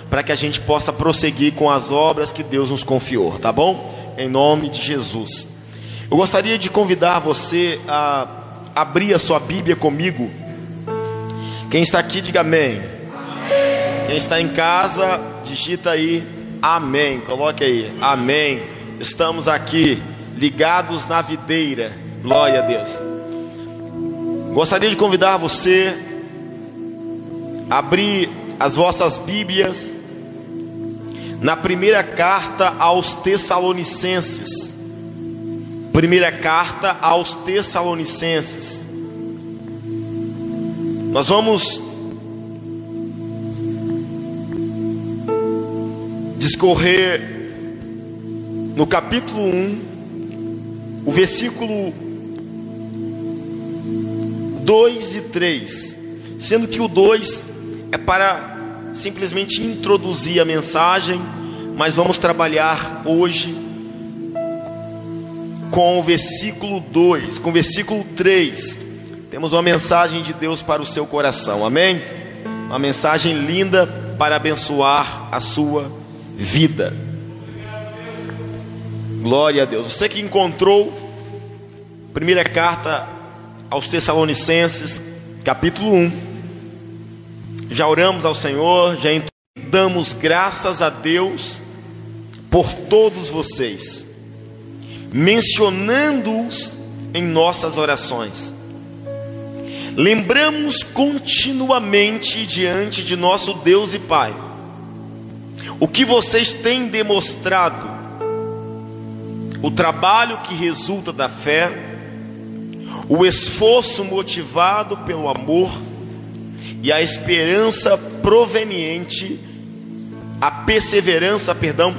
para que a gente possa prosseguir com as obras que Deus nos confiou, tá bom? Em nome de Jesus. Eu gostaria de convidar você a abrir a sua Bíblia comigo. Quem está aqui, diga amém. Quem está em casa, digita aí amém. Coloque aí, amém. Estamos aqui ligados na videira. Glória a Deus. Gostaria de convidar você a abrir as vossas Bíblias na primeira carta aos Tessalonicenses. Primeira carta aos Tessalonicenses. Nós vamos discorrer no capítulo 1, o versículo 2 e 3, sendo que o 2 é para simplesmente introduzir a mensagem, mas vamos trabalhar hoje com o versículo 2, com o versículo 3. Temos uma mensagem de Deus para o seu coração, amém? Uma mensagem linda para abençoar a sua vida. Glória a Deus. Você que encontrou primeira carta aos Tessalonicenses, capítulo 1. Já oramos ao Senhor, já damos graças a Deus por todos vocês, mencionando-os em nossas orações. Lembramos continuamente diante de nosso Deus e Pai o que vocês têm demonstrado, o trabalho que resulta da fé, o esforço motivado pelo amor e a esperança proveniente, a perseverança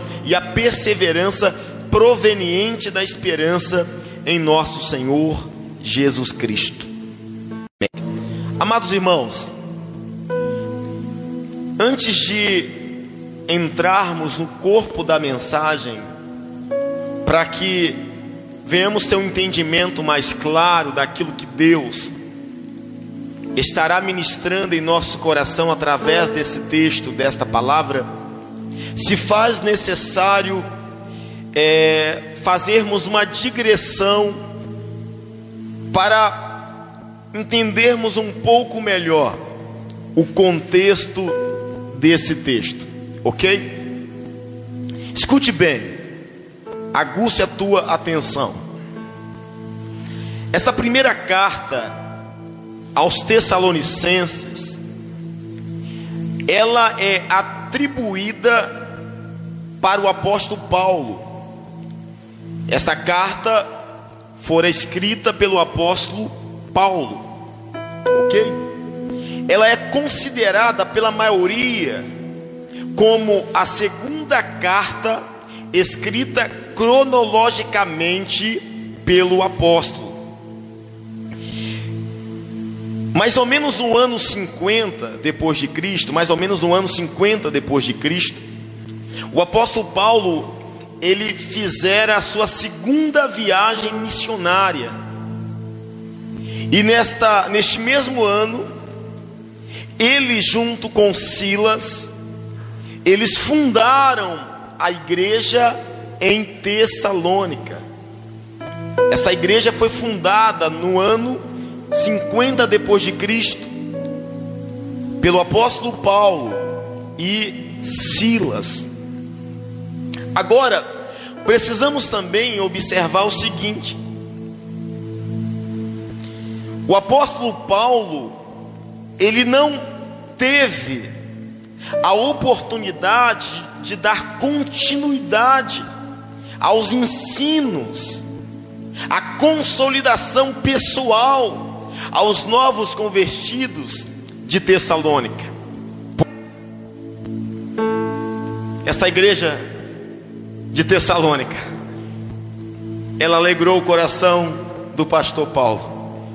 proveniente da esperança em nosso Senhor Jesus Cristo. Amados irmãos, antes de entrarmos no corpo da mensagem, para que venhamos ter um entendimento mais claro daquilo que Deus estará ministrando em nosso coração através desse texto, desta palavra, se faz necessário fazermos uma digressão para entendermos um pouco melhor o contexto desse texto, ok? Escute bem, aguce a tua atenção. Essa primeira carta aos Tessalonicenses, ela é atribuída para o apóstolo Paulo. Esta carta fora escrita pelo apóstolo Paulo, ok? Ela é considerada pela maioria como a segunda carta escrita cronologicamente pelo apóstolo. Mais ou menos no ano 50 depois de Cristo, o apóstolo Paulo, ele fizera a sua segunda viagem missionária. E neste mesmo ano, ele junto com Silas, eles fundaram a igreja em Tessalônica. Essa igreja foi fundada no ano 50 depois de Cristo pelo apóstolo Paulo e Silas. Agora, precisamos também observar o seguinte: o apóstolo Paulo, ele não teve a oportunidade de dar continuidade aos ensinos, à consolidação pessoal aos novos convertidos de Tessalônica. Esta igreja de Tessalônica, ela alegrou o coração do pastor Paulo,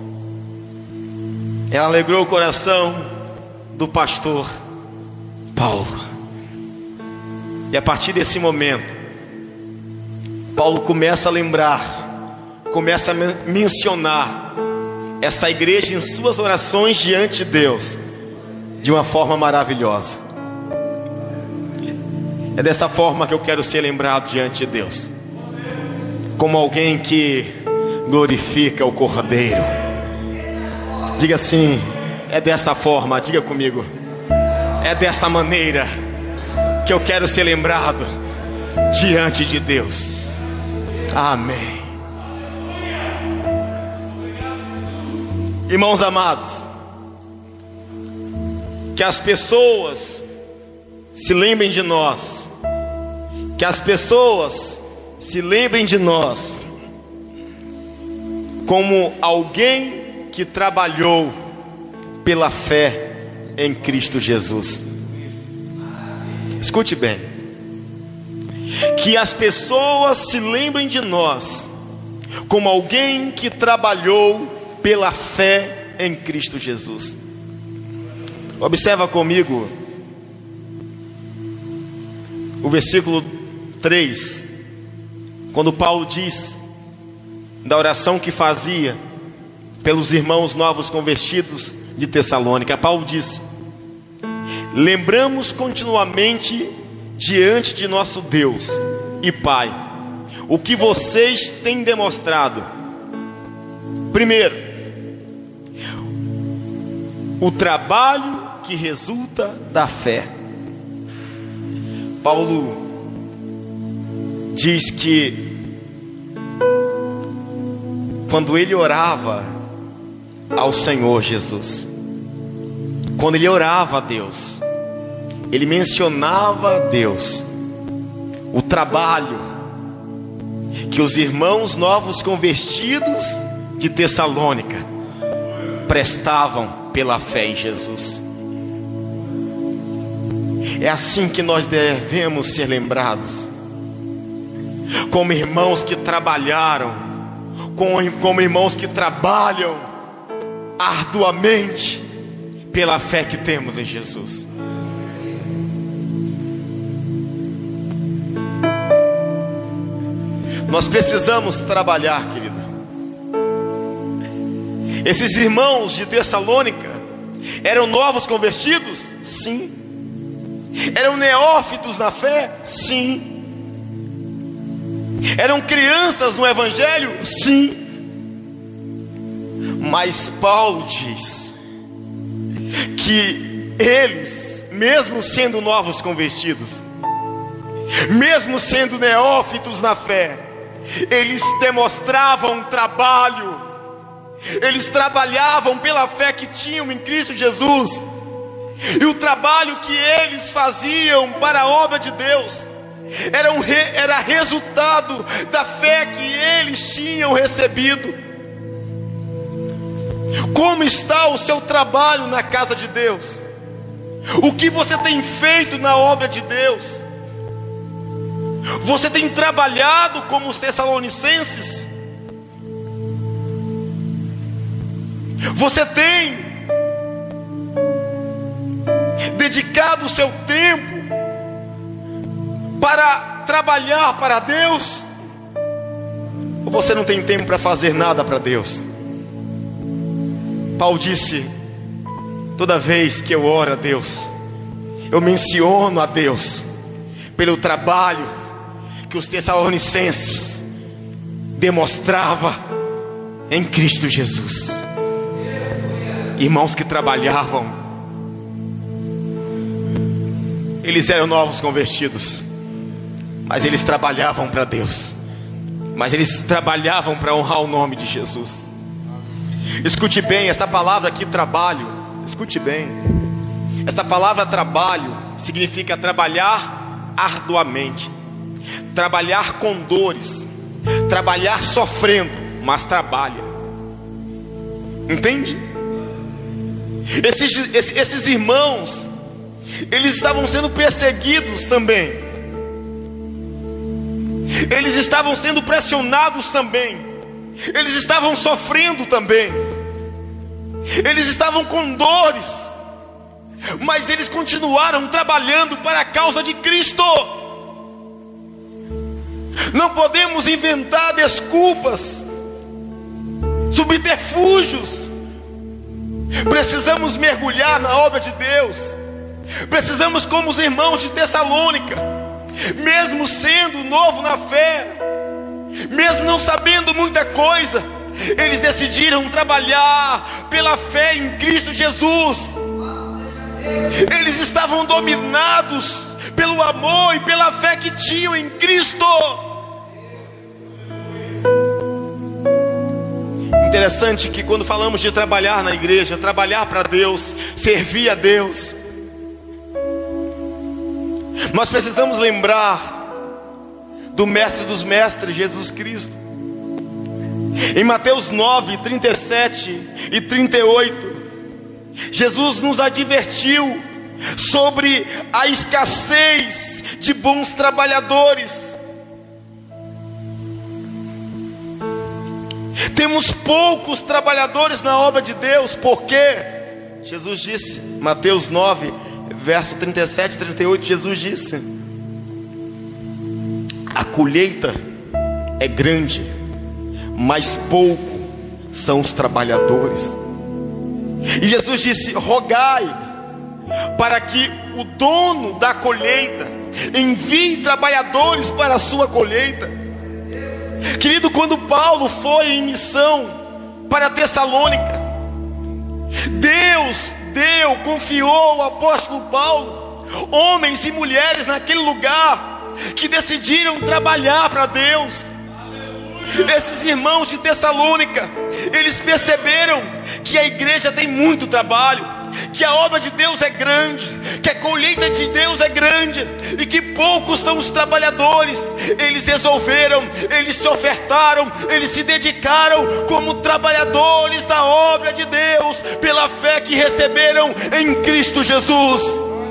ela alegrou o coração do pastor Paulo. E a partir desse momento, Paulo começa a lembrar, começa a mencionar essa igreja em suas orações diante de Deus, de uma forma maravilhosa. É dessa forma que eu quero ser lembrado diante de Deus, como alguém que glorifica o Cordeiro. Diga assim: é dessa forma, diga comigo, é dessa maneira que eu quero ser lembrado diante de Deus. Amém. Irmãos amados, que as pessoas se lembrem de nós, que as pessoas se lembrem de nós como alguém que trabalhou pela fé em Cristo Jesus. Escute bem, que as pessoas se lembrem de nós como alguém que trabalhou pela fé em Cristo Jesus. Observa comigo o versículo 3, quando Paulo diz da oração que fazia pelos irmãos novos convertidos de Tessalônica. Paulo diz: lembramos continuamente diante de nosso Deus e Pai o que vocês têm demonstrado. Primeiro, o trabalho que resulta da fé. Paulo diz que quando ele orava ao Senhor Jesus, quando ele orava a Deus, ele mencionava a Deus, o trabalho que os irmãos novos convertidos de Tessalônica prestavam pela fé em Jesus. É assim que nós devemos ser lembrados, como irmãos que trabalharam, como irmãos que trabalham arduamente pela fé que temos em Jesus. Nós precisamos trabalhar, querido. Esses irmãos de Tessalônica eram novos convertidos? Sim. Eram neófitos na fé? Sim. Eram crianças no Evangelho? Sim. Mas Paulo diz que eles, mesmo sendo novos convertidos, mesmo sendo neófitos na fé, eles demonstravam trabalho, eles trabalhavam pela fé que tinham em Cristo Jesus, e o trabalho que eles faziam para a obra de Deus era resultado da fé que eles tinham recebido. Como está o seu trabalho na casa de Deus? O que você tem feito na obra de Deus? Você tem trabalhado como os tessalonicenses? Você tem dedicado o seu tempo para trabalhar para Deus? Ou você não tem tempo para fazer nada para Deus? Paulo disse: toda vez que eu oro a Deus, eu menciono a Deus pelo trabalho que os tessalonicenses demonstravam em Cristo Jesus. Irmãos que trabalhavam, eles eram novos convertidos, mas eles trabalhavam para Deus, mas eles trabalhavam para honrar o nome de Jesus. Escute bem, essa palavra aqui, trabalho, escute bem, essa palavra trabalho significa trabalhar arduamente, trabalhar com dores, trabalhar sofrendo, mas trabalha. Entende? Esses irmãos, eles estavam sendo perseguidos também, eles estavam sendo pressionados também, eles estavam sofrendo também, eles estavam com dores, mas eles continuaram trabalhando para a causa de Cristo. Não podemos inventar desculpas, subterfúgios. Precisamos mergulhar na obra de Deus. Precisamos, como os irmãos de Tessalônica, mesmo sendo novo na fé, mesmo não sabendo muita coisa, eles decidiram trabalhar pela fé em Cristo Jesus. Eles estavam dominados pelo amor e pela fé que tinham em Cristo. Interessante que quando falamos de trabalhar na igreja, trabalhar para Deus, servir a Deus, nós precisamos lembrar do mestre dos mestres, Jesus Cristo. Em Mateus 9, 37 e 38, Jesus nos advertiu sobre a escassez de bons trabalhadores. Temos poucos trabalhadores na obra de Deus, porque Jesus disse, Mateus 9, verso 37 e 38, Jesus disse: a colheita é grande, mas pouco são os trabalhadores. E Jesus disse: rogai para que o dono da colheita envie trabalhadores para a sua colheita. Querido, quando Paulo foi em missão para Tessalônica, Deus confiou ao apóstolo Paulo homens e mulheres naquele lugar que decidiram trabalhar para Deus. Esses irmãos de Tessalônica, eles perceberam que a igreja tem muito trabalho, que a obra de Deus é grande, que a colheita de Deus é grande, e que poucos são os trabalhadores. Eles resolveram, eles se ofertaram, eles se dedicaram como trabalhadores da obra de Deus, pela fé que receberam em Cristo Jesus.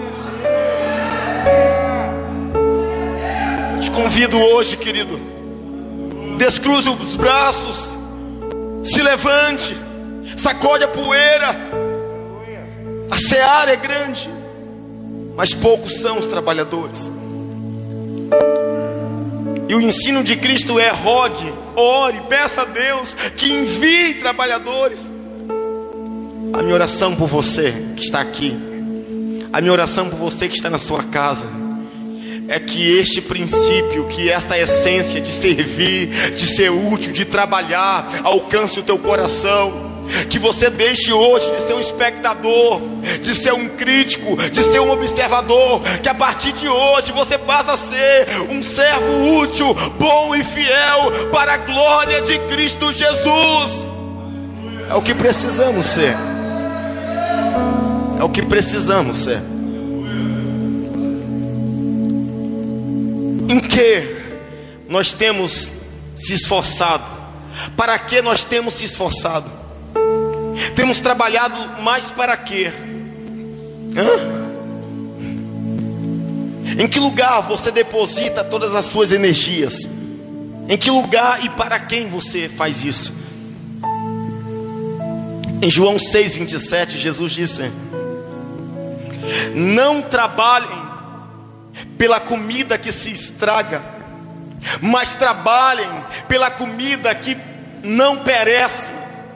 Te convido hoje, querido, descruze os braços, se levante, sacode a poeira. A seara é grande, mas poucos são os trabalhadores. E o ensino de Cristo é: rogue, ore, peça a Deus que envie trabalhadores. A minha oração por você que está aqui, a minha oração por você que está na sua casa, é que este princípio, que esta essência de servir, de ser útil, de trabalhar, alcance o teu coração. Que você deixe hoje de ser um espectador, de ser um crítico, de ser um observador. Que a partir de hoje você passe a ser um servo útil, bom e fiel, para a glória de Cristo Jesus. É o que precisamos ser. É o que precisamos ser. Em que nós temos se esforçado? Para que nós temos se esforçado? Temos trabalhado mais para quê? Em que lugar você deposita todas as suas energias? Em que lugar e para quem você faz isso? Em João 6,27, Jesus disse: não trabalhem pela comida que se estraga, mas trabalhem pela comida que não perece.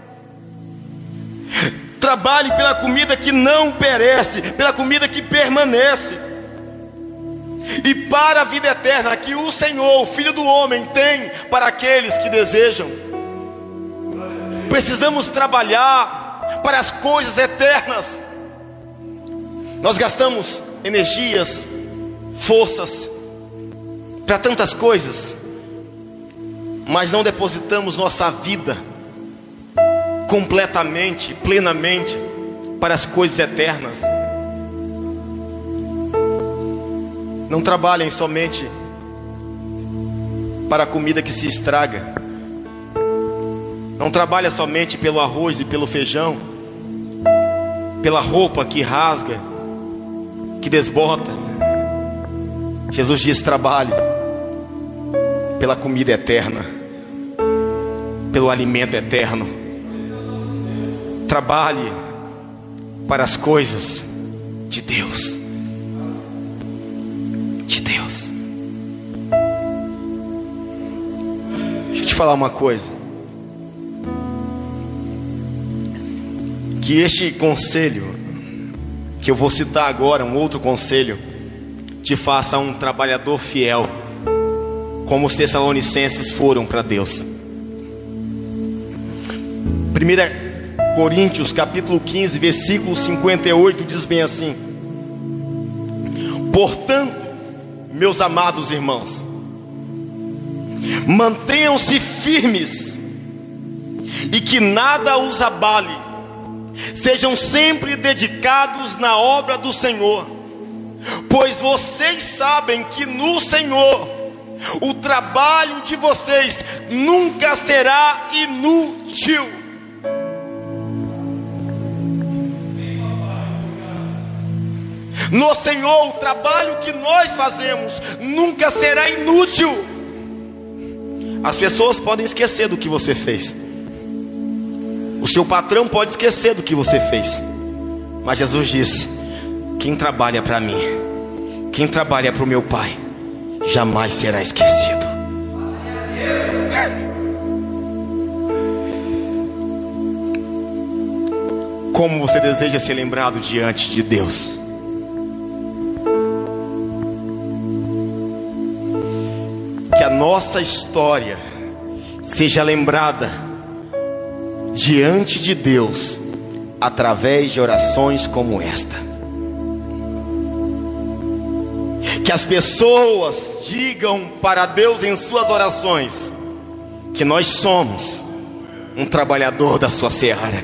Trabalhe pela comida que não perece, pela comida que permanece, e para a vida eterna que o Senhor, o Filho do Homem, tem para aqueles que desejam. Precisamos trabalhar para as coisas eternas. Nós gastamos energias, forças para tantas coisas, mas não depositamos nossa vida completamente, plenamente para as coisas eternas. Não trabalhem somente para a comida que se estraga. Não trabalhem somente pelo arroz e pelo feijão, pela roupa que rasga, que desbota. Jesus diz: trabalhe pela comida eterna, pelo alimento eterno. Trabalhe para as coisas de Deus. De Deus. Deixa eu te falar uma coisa. Que este conselho que eu vou citar agora, um outro conselho, te faça um trabalhador fiel, como os tessalonicenses foram para Deus. 1 Coríntios capítulo 15, versículo 58 diz bem assim: portanto, meus amados irmãos, mantenham-se firmes e que nada os abale, sejam sempre dedicados na obra do Senhor, pois vocês sabem que no Senhor o trabalho de vocês nunca será inútil. No Senhor o trabalho que nós fazemos nunca será inútil. As pessoas podem esquecer do que você fez, o seu patrão pode esquecer do que você fez, mas Jesus disse: quem trabalha para mim, quem trabalha para o meu Pai, jamais será esquecido. Como você deseja ser lembrado diante de Deus? Que a nossa história seja lembrada diante de Deus através de orações como esta. Que as pessoas digam para Deus em suas orações que nós somos um trabalhador da sua seara,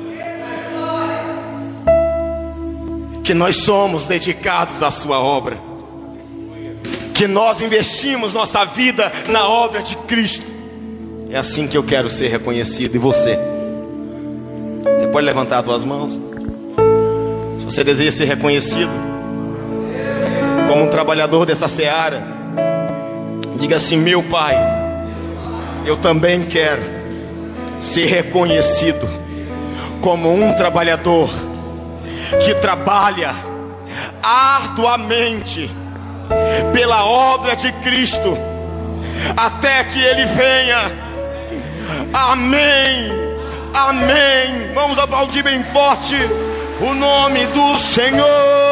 que nós somos dedicados à sua obra, que nós investimos nossa vida na obra de Cristo. É assim que eu quero ser reconhecido. E você pode levantar as suas mãos se você deseja ser reconhecido como um trabalhador dessa seara. Diga assim: meu Pai, eu também quero ser reconhecido como um trabalhador que trabalha arduamente pela obra de Cristo, até que Ele venha. Amém, amém. Vamos aplaudir bem forte o nome do Senhor.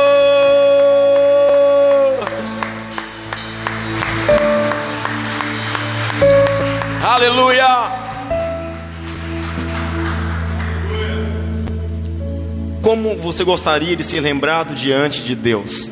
Aleluia. Como você gostaria de ser lembrado diante de Deus?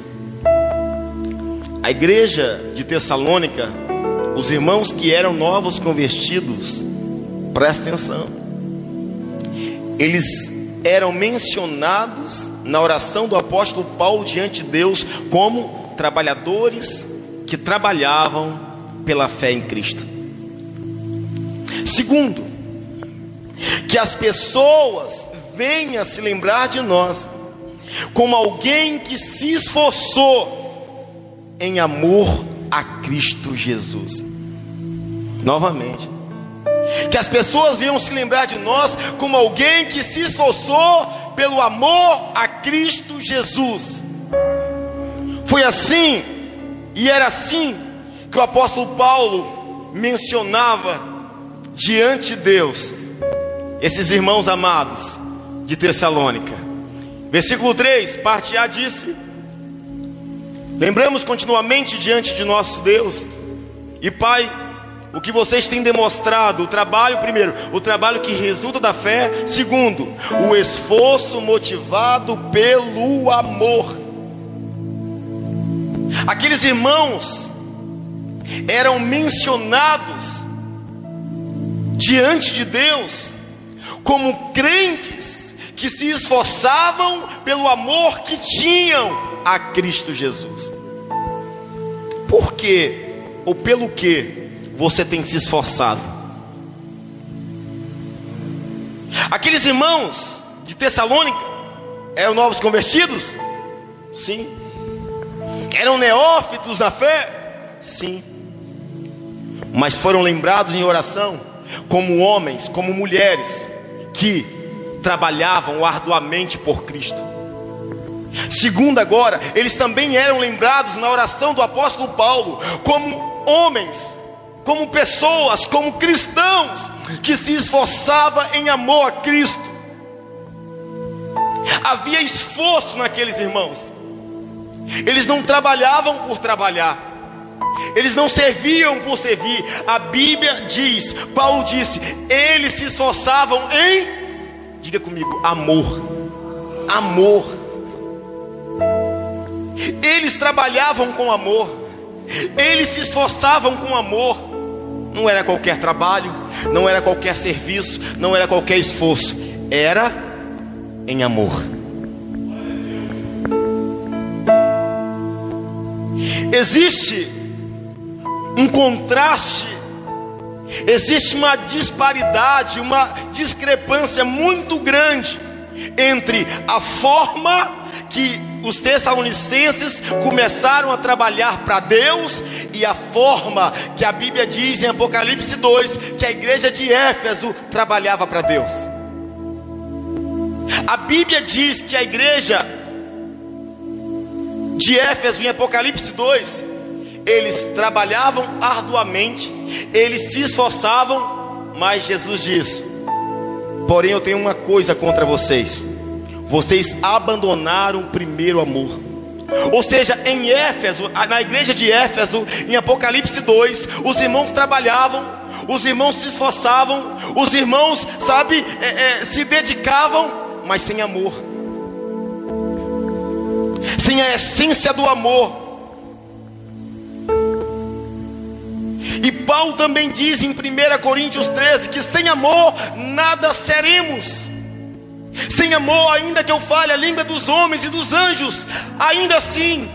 A igreja de Tessalônica, os irmãos que eram novos convertidos, presta atenção, eles eram mencionados na oração do apóstolo Paulo diante de Deus como trabalhadores que trabalhavam pela fé em Cristo. Segundo, que as pessoas venham se lembrar de nós como alguém que se esforçou em amor a Cristo Jesus. Novamente, que as pessoas venham se lembrar de nós como alguém que se esforçou pelo amor a Cristo Jesus. Foi assim, e era assim que o apóstolo Paulo mencionava diante de Deus esses irmãos amados de Tessalônica. Versículo 3, parte A disse: lembramos continuamente diante de nosso Deus e Pai o que vocês têm demonstrado, o trabalho, primeiro, o trabalho que resulta da fé; segundo, o esforço motivado pelo amor. Aqueles irmãos eram mencionados diante de Deus como crentes que se esforçavam pelo amor que tinham a Cristo Jesus. Por quê ou pelo que você tem se esforçado? Aqueles irmãos de Tessalônica eram novos convertidos? Sim. Eram neófitos na fé? Sim. Mas foram lembrados em oração como homens, como mulheres que trabalhavam arduamente por Cristo. Segundo, agora, eles também eram lembrados na oração do apóstolo Paulo como homens, como pessoas, como cristãos que se esforçavam em amor a Cristo. Havia esforço naqueles irmãos. Eles não trabalhavam por trabalhar. Eles não serviam por servir. A Bíblia diz, Paulo disse, eles se esforçavam em, diga comigo, amor. Amor. Eles trabalhavam com amor. Eles se esforçavam com amor. Não era qualquer trabalho, não era qualquer serviço, não era qualquer esforço. Era em amor. Existe um contraste, existe uma disparidade, uma discrepância muito grande entre a forma que os tessalonicenses começaram a trabalhar para Deus e a forma que a Bíblia diz em Apocalipse 2 que a igreja de Éfeso trabalhava para Deus. A Bíblia diz que a igreja de Éfeso em Apocalipse 2, eles trabalhavam arduamente, eles se esforçavam, mas Jesus diz: porém eu tenho uma coisa contra vocês, vocês abandonaram o primeiro amor. Ou seja, em Éfeso, na igreja de Éfeso, em Apocalipse 2, os irmãos trabalhavam, os irmãos se esforçavam, os irmãos, se dedicavam, mas sem amor, sem a essência do amor. E Paulo também diz em 1 Coríntios 13 que sem amor nada seremos. Sem amor, ainda que eu fale a língua dos homens e dos anjos, ainda assim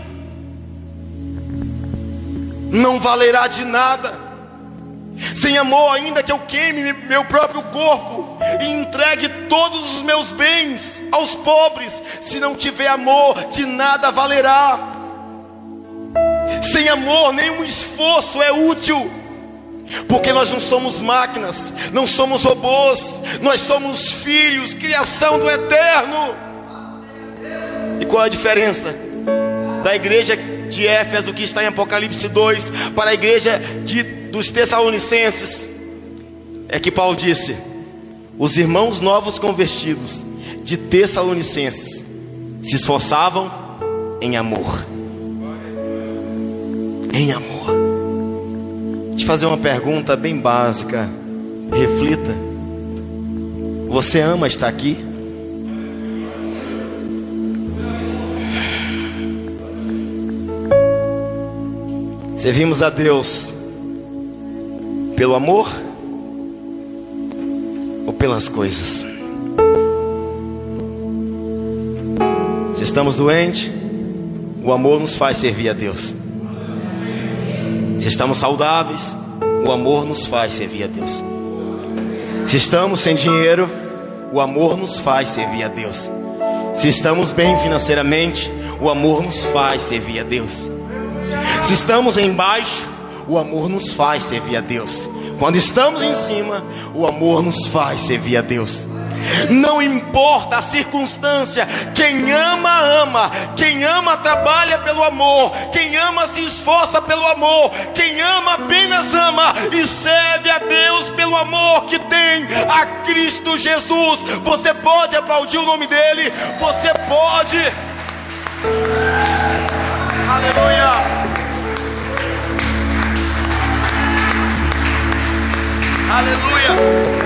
não valerá de nada. Sem amor, ainda que eu queime meu próprio corpo e entregue todos os meus bens aos pobres, se não tiver amor, de nada valerá. Sem amor, nenhum esforço é útil, porque nós não somos máquinas, não somos robôs, nós somos filhos, criação do Eterno. E qual é a diferença da igreja de Éfeso, que está em Apocalipse 2, para a igreja dos Tessalonicenses? É que Paulo disse: os irmãos novos convertidos de Tessalonicenses se esforçavam em amor. Em amor. Te fazer uma pergunta bem básica, reflita: você ama estar aqui? Servimos a Deus pelo amor ou pelas coisas? Se estamos doentes, o amor nos faz servir a Deus. Se estamos saudáveis, o amor nos faz servir a Deus. Se estamos sem dinheiro, o amor nos faz servir a Deus. Se estamos bem financeiramente, o amor nos faz servir a Deus. Se estamos embaixo, o amor nos faz servir a Deus. Quando estamos em cima, o amor nos faz servir a Deus. Não importa a circunstância, quem ama, ama. Quem ama trabalha pelo amor. Quem ama se esforça pelo amor. Quem ama apenas ama e serve a Deus pelo amor que tem a Cristo Jesus. Você pode aplaudir o nome dele? Você pode. Aleluia. Aleluia.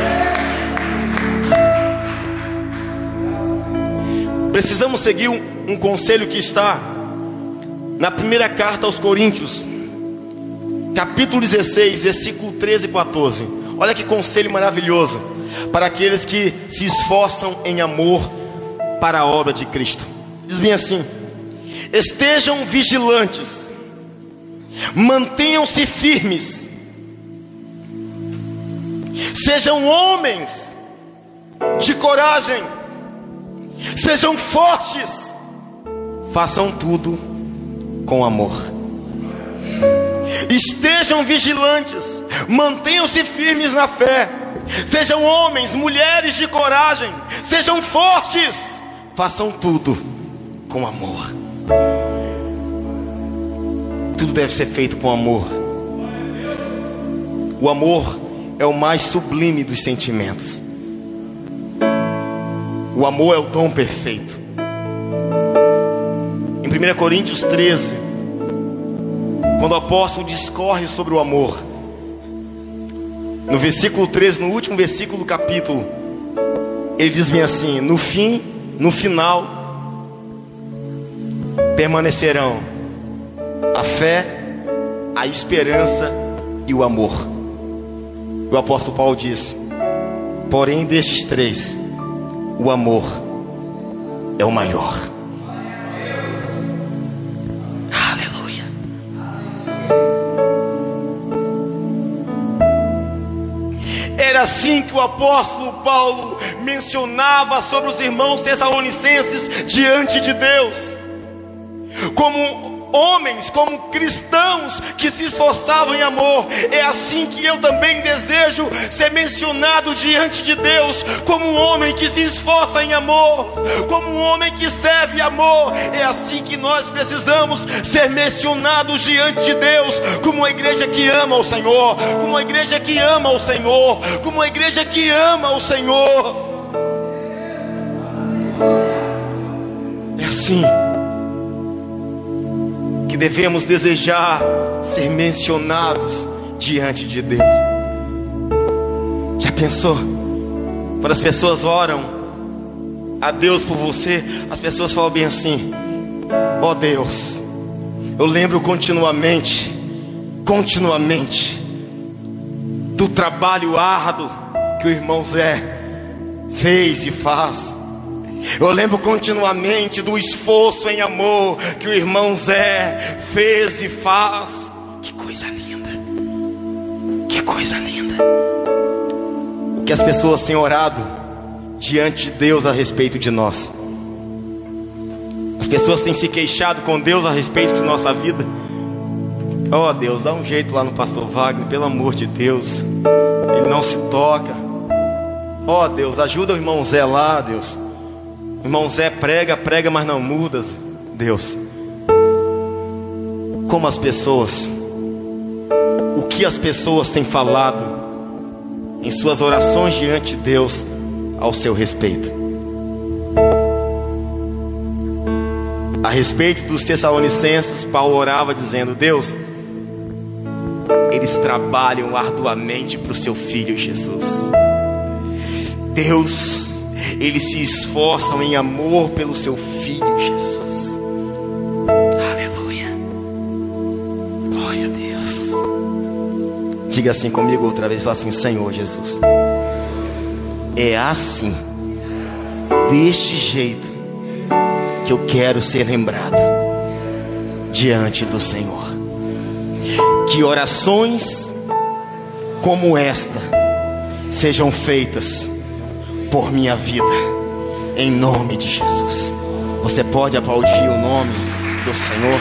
Precisamos seguir um conselho que está na primeira carta aos Coríntios, capítulo 16, versículo 13 e 14. Olha que conselho maravilhoso para aqueles que se esforçam em amor para a obra de Cristo. Diz bem assim: estejam vigilantes, mantenham-se firmes, sejam homens de coragem, sejam fortes, façam tudo com amor. Estejam vigilantes, mantenham-se firmes na fé, sejam homens, mulheres de coragem, sejam fortes, façam tudo com amor. Tudo deve ser feito com amor. O amor é o mais sublime dos sentimentos. O amor é o dom perfeito. Em 1 Coríntios 13, quando o apóstolo discorre sobre o amor, no versículo 13, no último versículo do capítulo, ele diz bem assim: no final permanecerão a fé, a esperança e o amor. O apóstolo Paulo diz: porém destes três, o amor é o maior. Aleluia. Era assim que o apóstolo Paulo mencionava sobre os irmãos tessalonicenses diante de Deus, como homens, como cristãos que se esforçavam em amor. É assim que eu também desejo ser mencionado diante de Deus, como um homem que se esforça em amor, como um homem que serve amor. É assim que nós precisamos ser mencionados diante de Deus, como uma igreja que ama o Senhor, como uma igreja que ama o Senhor, como uma igreja que ama o Senhor. É assim que devemos desejar ser mencionados diante de Deus. Já pensou? Quando as pessoas oram a Deus por você, as pessoas falam bem assim: ó Deus, eu lembro continuamente do trabalho árduo que o irmão Zé fez e faz. Eu lembro continuamente do esforço em amor que o irmão Zé fez e faz. Que coisa linda, que coisa linda. O que as pessoas têm orado diante de Deus a respeito de nós. As pessoas têm se queixado com Deus a respeito de nossa vida. Oh Deus, dá um jeito lá no pastor Wagner, pelo amor de Deus, ele não se toca. Oh Deus, ajuda o irmão Zé lá, Deus. O irmão Zé prega, mas não muda, Deus. Como as pessoas, o que as pessoas têm falado em suas orações diante de Deus ao seu respeito. A respeito dos tessalonicenses, Paulo orava dizendo: Deus, eles trabalham arduamente para o seu filho Jesus. Deus, eles se esforçam em amor pelo seu filho Jesus. Aleluia. Glória a Deus. Diga assim comigo outra vez, fala assim: Senhor Jesus, é assim, deste jeito, que eu quero ser lembrado diante do Senhor. Que orações como esta sejam feitas por minha vida, em nome de Jesus. Você pode aplaudir o nome do Senhor?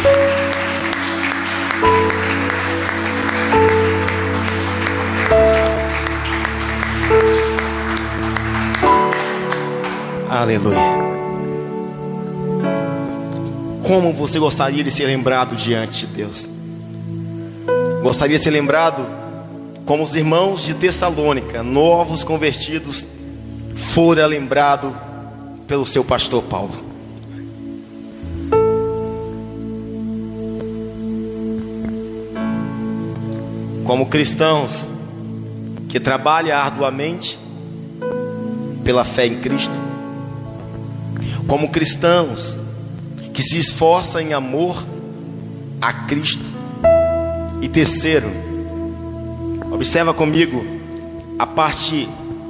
Aleluia. Como você gostaria de ser lembrado diante de Deus? Gostaria de ser lembrado como os irmãos de Tessalônica, novos convertidos, fora lembrado pelo seu pastor Paulo. Como cristãos que trabalham arduamente pela fé em Cristo, como cristãos que se esforçam em amor a Cristo. E terceiro, observa comigo a parte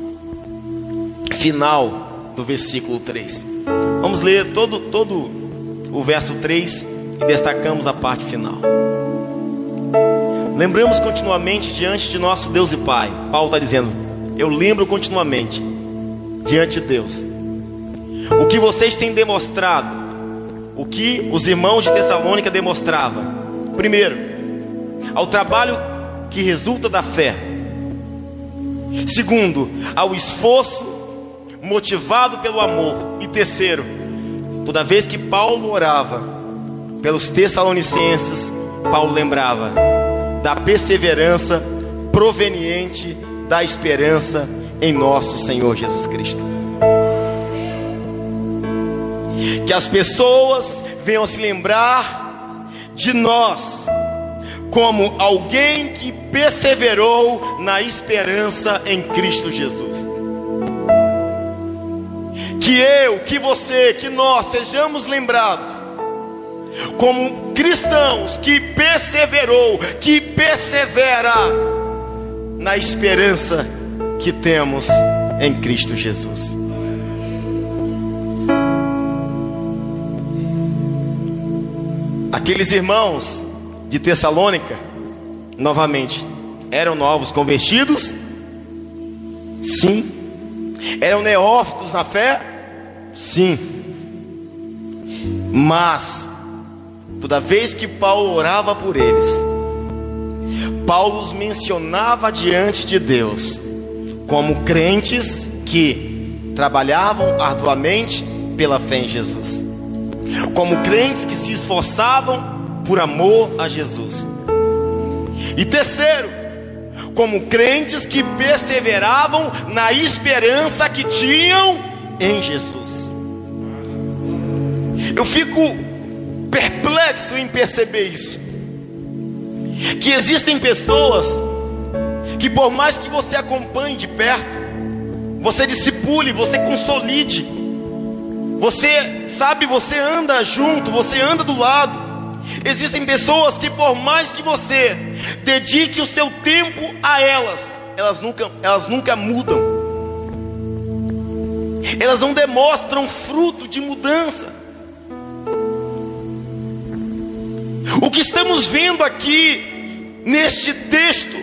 final do versículo 3. Vamos ler todo o verso 3 e destacamos a parte final. Lembramos continuamente diante de nosso Deus e Pai. Paulo está dizendo: eu lembro continuamente diante de Deus o que vocês têm demonstrado, o que os irmãos de Tessalônica demonstravam. Primeiro, ao trabalho que resulta da fé. Segundo, ao esforço motivado pelo amor. E terceiro, toda vez que Paulo orava pelos tessalonicenses, Paulo lembrava da perseverança proveniente da esperança em nosso Senhor Jesus Cristo. Que as pessoas venham se lembrar de nós como alguém que perseverou na esperança em Cristo Jesus. Que eu, que você, que nós sejamos lembrados como cristãos que perseverou, que persevera na esperança que temos em Cristo Jesus. Aqueles irmãos de Tessalônica, novamente, eram novos convertidos? Sim. Eram neófitos na fé? Sim. Mas toda vez que Paulo orava por eles, Paulo os mencionava diante de Deus como crentes que trabalhavam arduamente pela fé em Jesus, como crentes que se esforçavam por amor a Jesus. E terceiro, como crentes que perseveravam na esperança que tinham em Jesus. Eu fico perplexo em perceber isso, que existem pessoas que, por mais que você acompanhe de perto, você discipule, você consolide, você sabe, você anda junto, você anda do lado, existem pessoas que, por mais que você dedique o seu tempo a elas nunca mudam, elas não demonstram fruto de mudança. O que estamos vendo aqui neste texto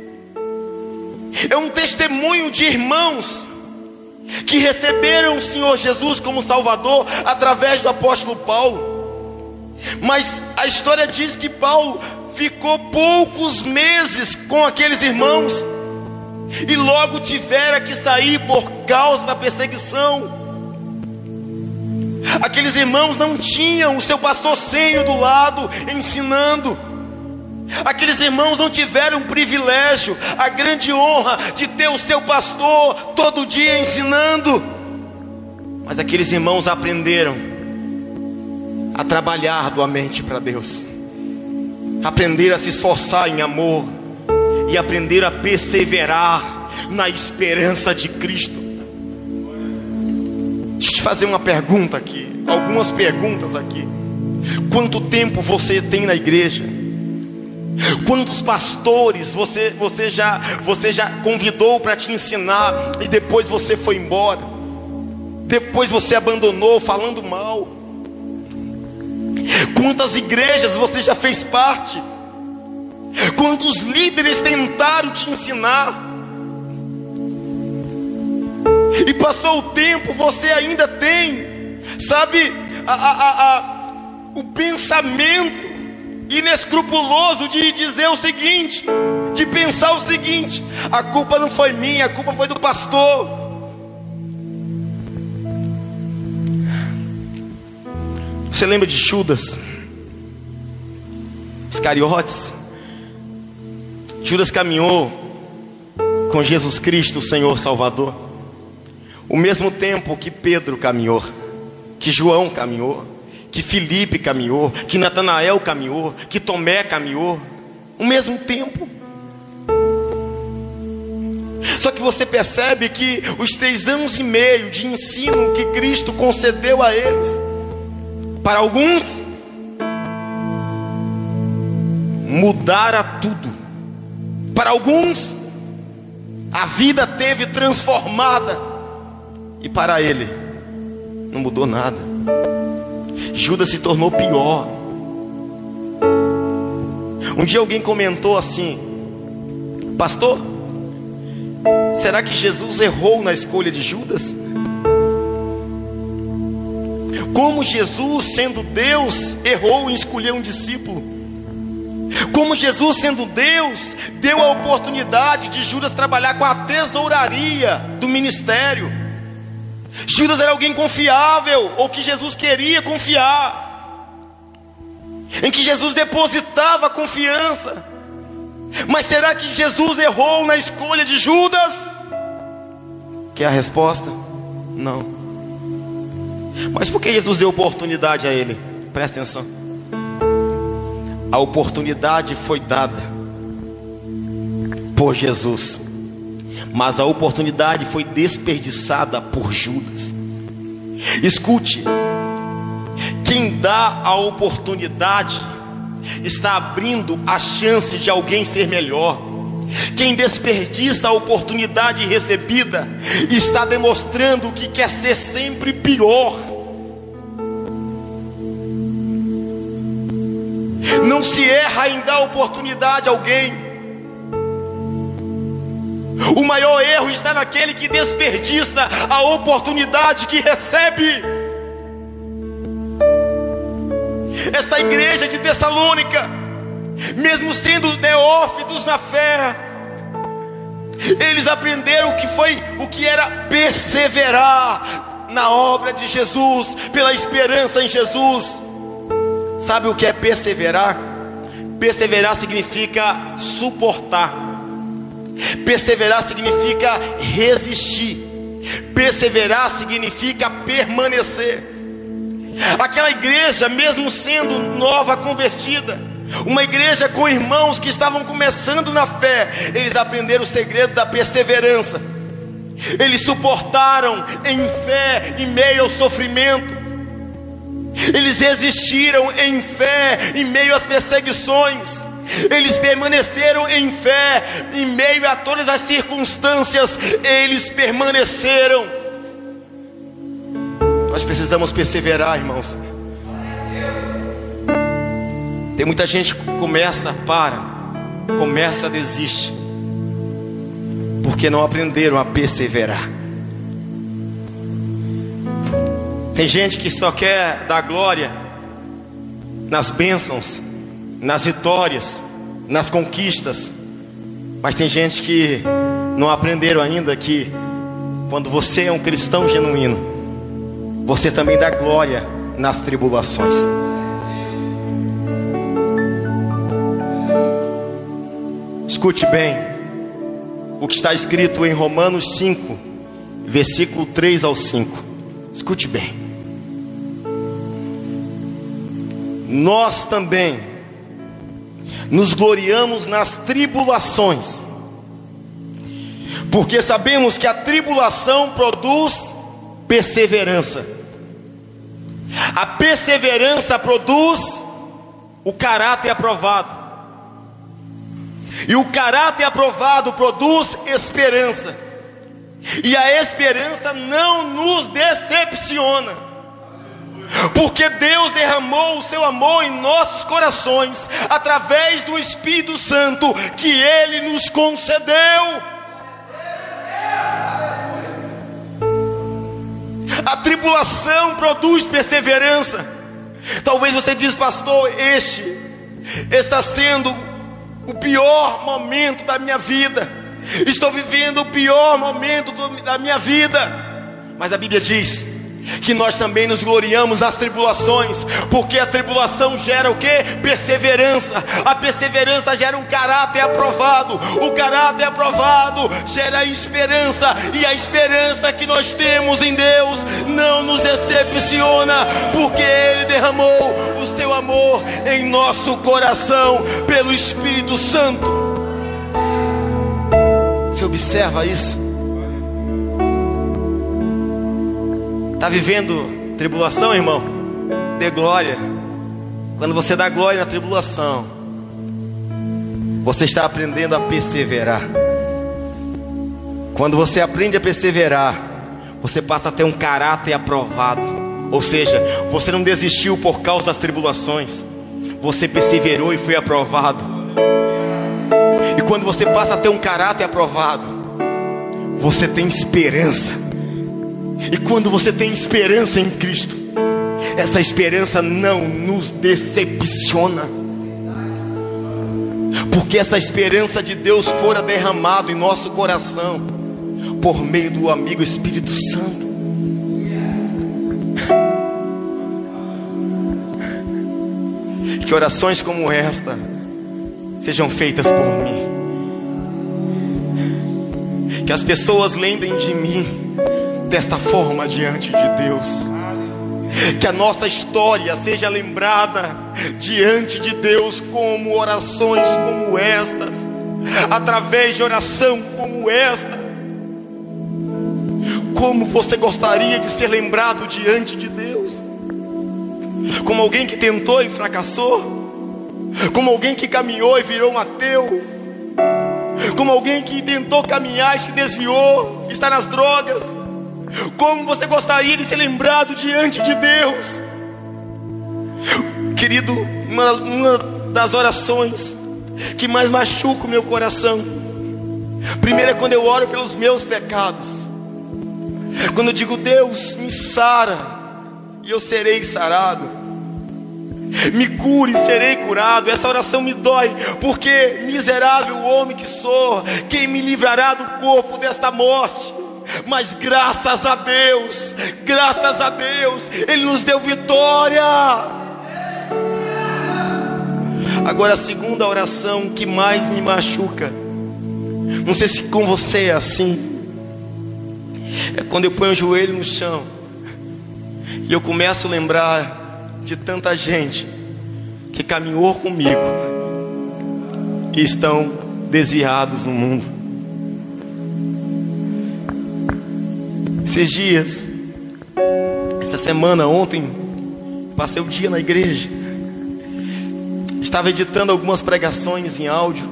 é um testemunho de irmãos que receberam o Senhor Jesus como Salvador através do apóstolo Paulo. Mas a história diz que Paulo ficou poucos meses com aqueles irmãos e logo tivera que sair por causa da perseguição. Aqueles irmãos não tinham o seu pastor sênior do lado ensinando. Aqueles irmãos não tiveram o privilégio, a grande honra de ter o seu pastor todo dia ensinando. Mas aqueles irmãos aprenderam a trabalhar arduamente para Deus, aprenderam a se esforçar em amor e aprenderam a perseverar na esperança de Cristo. Deixa eu te fazer uma pergunta aqui, algumas perguntas aqui. Quanto tempo você tem na igreja? Quantos pastores você já convidou para te ensinar e depois você foi embora? Depois você abandonou falando mal? Quantas igrejas você já fez parte? Quantos líderes tentaram te ensinar? E passou o tempo, você ainda tem, sabe, o pensamento inescrupuloso de dizer o seguinte, de pensar o seguinte: a culpa não foi minha, a culpa foi do pastor. Você lembra de Judas Iscariotes? Judas caminhou com Jesus Cristo, o Senhor Salvador, o mesmo tempo que Pedro caminhou, que João caminhou, que Filipe caminhou, que Natanael caminhou, que Tomé caminhou, o mesmo tempo. Só que você percebe que os 3 anos e meio de ensino que Cristo concedeu a eles, para alguns, mudara tudo. Para alguns, a vida teve transformada, e para ele não mudou nada. Judas se tornou pior. Um dia alguém comentou assim: pastor, será que Jesus errou na escolha de Judas? Como Jesus, sendo Deus, errou em escolher um discípulo? Como Jesus, sendo Deus, deu a oportunidade de Judas trabalhar com a tesouraria do ministério? Judas era alguém confiável, ou que Jesus queria confiar, em que Jesus depositava confiança. Mas será que Jesus errou na escolha de Judas? Que é a resposta? Não. Mas por que Jesus deu oportunidade a ele? Presta atenção. A oportunidade foi dada por Jesus, mas a oportunidade foi desperdiçada por Judas. Escute, quem dá a oportunidade está abrindo a chance de alguém ser melhor. Quem desperdiça a oportunidade recebida está demonstrando que quer ser sempre pior. Não se erra em dar oportunidade a alguém. O maior erro está naquele que desperdiça a oportunidade que recebe. Esta igreja de Tessalônica, mesmo sendo neófitos na fé, eles aprenderam o que era perseverar na obra de Jesus, pela esperança em Jesus. Sabe o que é perseverar? Perseverar significa suportar. Perseverar significa resistir. Perseverar significa permanecer. Aquela igreja, mesmo sendo nova convertida, uma igreja com irmãos que estavam começando na fé, eles aprenderam o segredo da perseverança. Eles suportaram em fé em meio ao sofrimento. Eles resistiram em fé em meio às perseguições. Eles permaneceram em fé em meio a todas as circunstâncias. Eles permaneceram. Nós precisamos perseverar, irmãos. Tem muita gente que começa, desiste, porque não aprenderam a perseverar. Tem gente que só quer dar glória nas bênçãos, nas vitórias, nas conquistas, mas tem gente que não aprenderam ainda que quando você é um cristão genuíno, você também dá glória nas tribulações. Escute bem o que está escrito em Romanos 5, versículo 3 ao 5. Escute bem. Nós também nos gloriamos nas tribulações, porque sabemos que a tribulação produz perseverança. A perseverança produz o caráter aprovado. E o caráter aprovado produz esperança. E a esperança não nos decepciona, porque Deus derramou o seu amor em nossos corações através do Espírito Santo que Ele nos concedeu. A tribulação produz perseverança. Talvez você diz, pastor, este está sendo o pior momento da minha vida. Estou vivendo o pior momento da minha vida. Mas a Bíblia diz que nós também nos gloriamos nas tribulações, porque a tribulação gera o quê? Perseverança. A perseverança gera um caráter aprovado. O caráter aprovado gera esperança. E a esperança que nós temos em Deus não nos decepciona, porque Ele derramou o seu amor em nosso coração pelo Espírito Santo. Você observa isso? Está vivendo tribulação, irmão? Dê glória. Quando você dá glória na tribulação, você está aprendendo a perseverar. Quando você aprende a perseverar, você passa a ter um caráter aprovado. Ou seja, você não desistiu por causa das tribulações, você perseverou e foi aprovado. E quando você passa a ter um caráter aprovado, você tem esperança. E quando você tem esperança em Cristo, essa esperança não nos decepciona, porque essa esperança de Deus fora derramada em nosso coração por meio do amigo Espírito Santo. Que orações como esta sejam feitas por mim, que as pessoas lembrem de mim desta forma diante de Deus. Que a nossa história seja lembrada diante de Deus como orações como estas, através de oração como esta. Como você gostaria de ser lembrado diante de Deus? Como alguém que tentou e fracassou? Como alguém que caminhou e virou um ateu? Como alguém que tentou caminhar e se desviou, está nas drogas? Como você gostaria de ser lembrado diante de Deus? Querido, uma das orações que mais machuca o meu coração, primeiro é quando eu oro pelos meus pecados. Quando eu digo: Deus, me sara e eu serei sarado, me cure e serei curado. Essa oração me dói, porque miserável homem que sou, quem me livrará do corpo desta morte? Mas graças a Deus, Ele nos deu vitória. Agora a segunda oração que mais me machuca, não sei se com você é assim, é quando eu ponho o joelho no chão e eu começo a lembrar de tanta gente que caminhou comigo e estão desviados no mundo. Esses dias, essa semana, ontem, passei o dia na igreja, estava editando algumas pregações em áudio,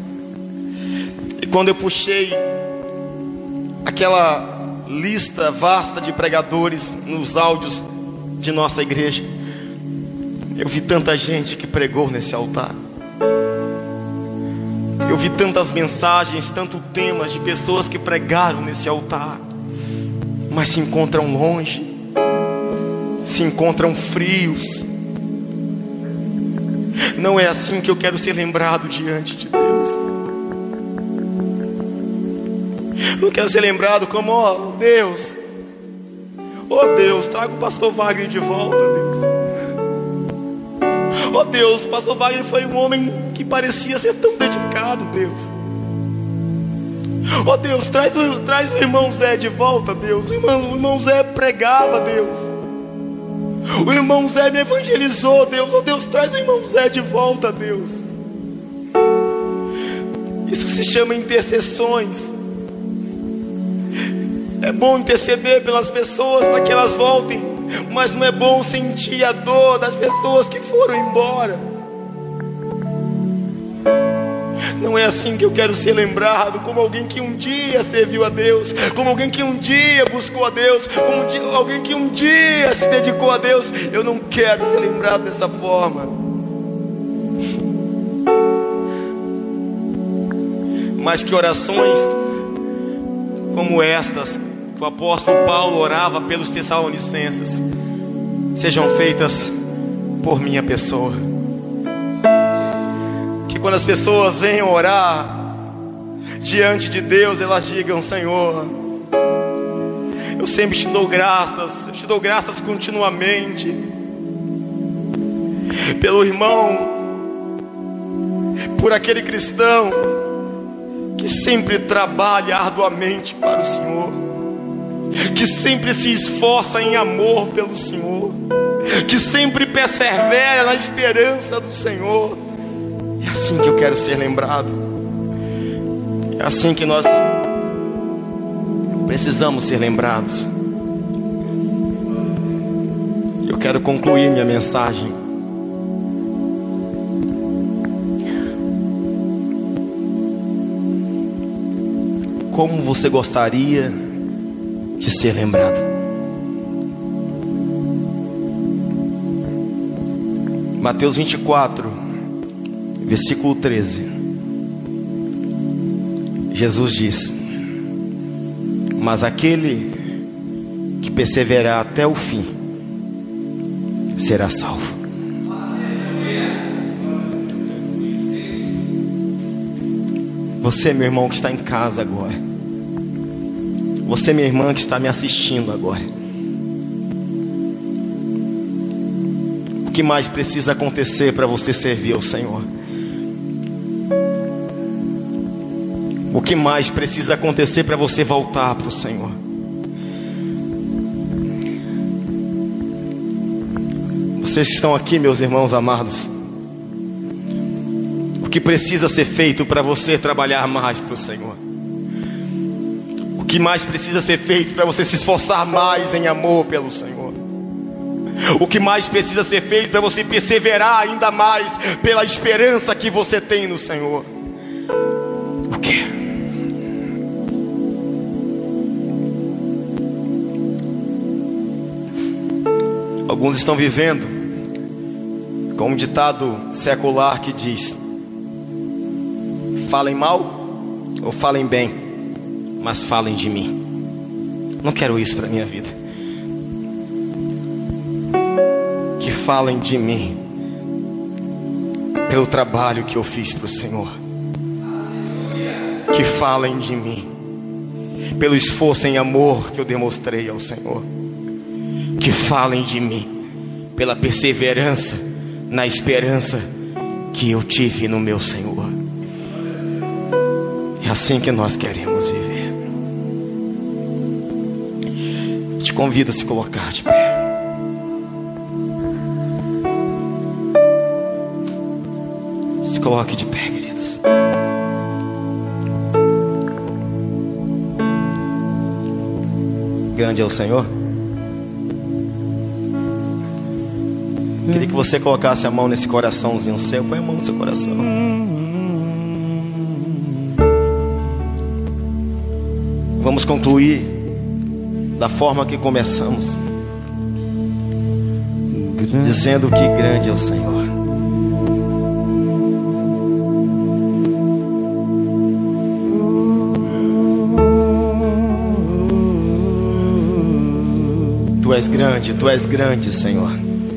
e quando eu puxei aquela lista vasta de pregadores nos áudios de nossa igreja, eu vi tanta gente que pregou nesse altar. Eu vi tantas mensagens, tantos temas de pessoas que pregaram nesse altar, mas se encontram longe, se encontram frios. Não é assim que eu quero ser lembrado diante de Deus. Eu quero ser lembrado como: ó Deus, traga o pastor Wagner de volta, Deus. Ó Deus, o pastor Wagner foi um homem que parecia ser tão dedicado, Deus. Ó Deus, traz o irmão Zé de volta, Deus. O irmão Zé pregava, Deus. O irmão Zé me evangelizou, Deus. Ó Deus, traz o irmão Zé de volta, Deus. Isso se chama intercessões. É bom interceder pelas pessoas para que elas voltem, mas não é bom sentir a dor das pessoas que foram embora. Não é assim que eu quero ser lembrado, como alguém que um dia serviu a Deus, como alguém que um dia buscou a Deus, como alguém que um dia se dedicou a Deus. Eu não quero ser lembrado dessa forma. Mas que orações como estas, que o apóstolo Paulo orava pelos Tessalonicenses, sejam feitas por minha pessoa. Que quando as pessoas venham orar diante de Deus, elas digam: Senhor, eu sempre te dou graças continuamente pelo irmão, por aquele cristão que sempre trabalha arduamente para o Senhor, que sempre se esforça em amor pelo Senhor, que sempre persevera na esperança do Senhor. É assim que eu quero ser lembrado. É assim que nós precisamos ser lembrados. Eu quero concluir minha mensagem. Como você gostaria de ser lembrado? Mateus 24, versículo 13. Jesus diz: mas aquele que perseverar até o fim será salvo. Você, meu irmão, que está em casa agora, você, minha irmã, que está me assistindo agora, o que mais precisa acontecer para você servir ao Senhor? O que mais precisa acontecer para você voltar para o Senhor? Vocês que estão aqui, meus irmãos amados, o que precisa ser feito para você trabalhar mais para o Senhor? O que mais precisa ser feito para você se esforçar mais em amor pelo Senhor? O que mais precisa ser feito para você perseverar ainda mais pela esperança que você tem no Senhor? O quê? Alguns estão vivendo com um ditado secular que diz: falem mal ou falem bem, mas falem de mim. Não quero isso para minha vida. Que falem de mim pelo trabalho que eu fiz para o Senhor. Que falem de mim pelo esforço em amor que eu demonstrei ao Senhor. Que falem de mim pela perseverança na esperança que eu tive no meu Senhor. É assim que nós queremos viver. Te convido a se colocar de pé. Se coloque de pé, queridos. Grande é o Senhor. Queria que você colocasse a mão nesse coraçãozinho seu. Põe a mão no seu coração. Vamos concluir da forma que começamos, dizendo que grande é o Senhor. Tu és grande, Senhor.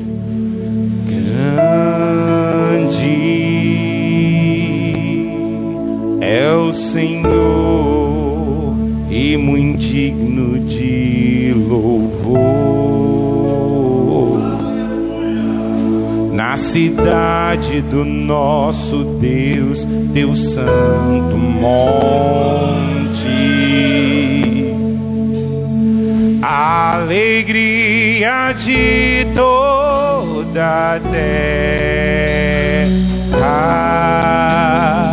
Grande é o Senhor e muito digno de louvor. Na cidade do nosso Deus, teu santo monte, a alegria de toda a terra.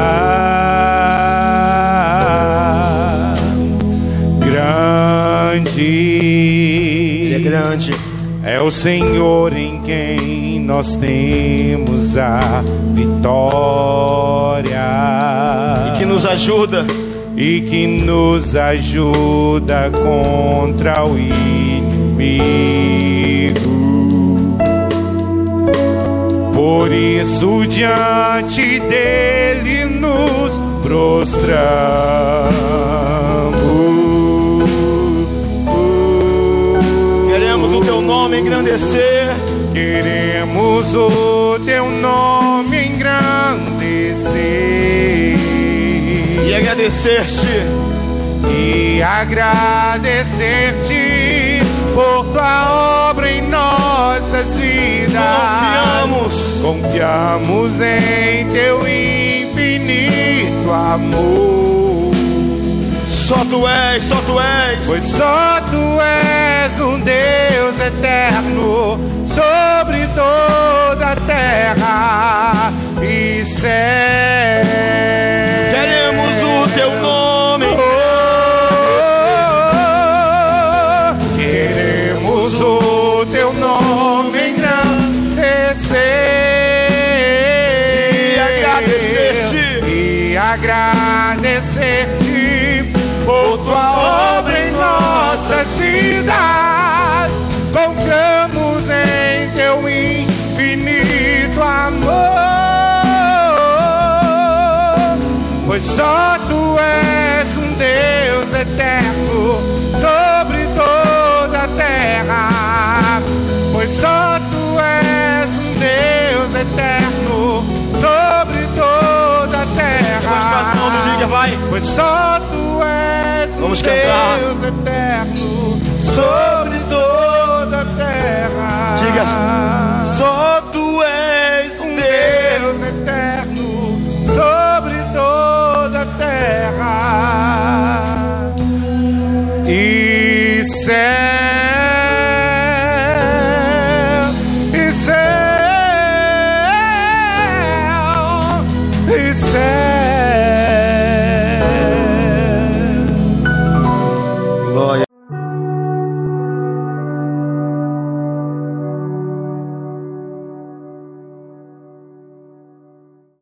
Grande, Ele é grande. É o Senhor em quem nós temos a vitória. E que nos ajuda. E que nos ajuda contra o inimigo. Por isso diante dele nos prostramos. Queremos o teu nome engrandecer. Queremos o teu nome engrandecer. E agradecer-te. E agradecer-te por tua obra em nossas vidas. Confiamos em teu infinito amor. Só tu és. Pois só tu és um Deus eterno sobre toda a terra e céu. Queremos o teu nome. Queremos o teu nome engrandecer. E agradecer-te por tua obra em nossas vidas. Confiamos em teu infinito amor. Pois só tu és um Deus eterno sobre toda a terra. Pois só tu és um Deus eterno sobre toda a terra. Levante as mãos e diga, vai. Pois só tu és um Vamos cantar. Deus eterno sobre toda a terra. Diga.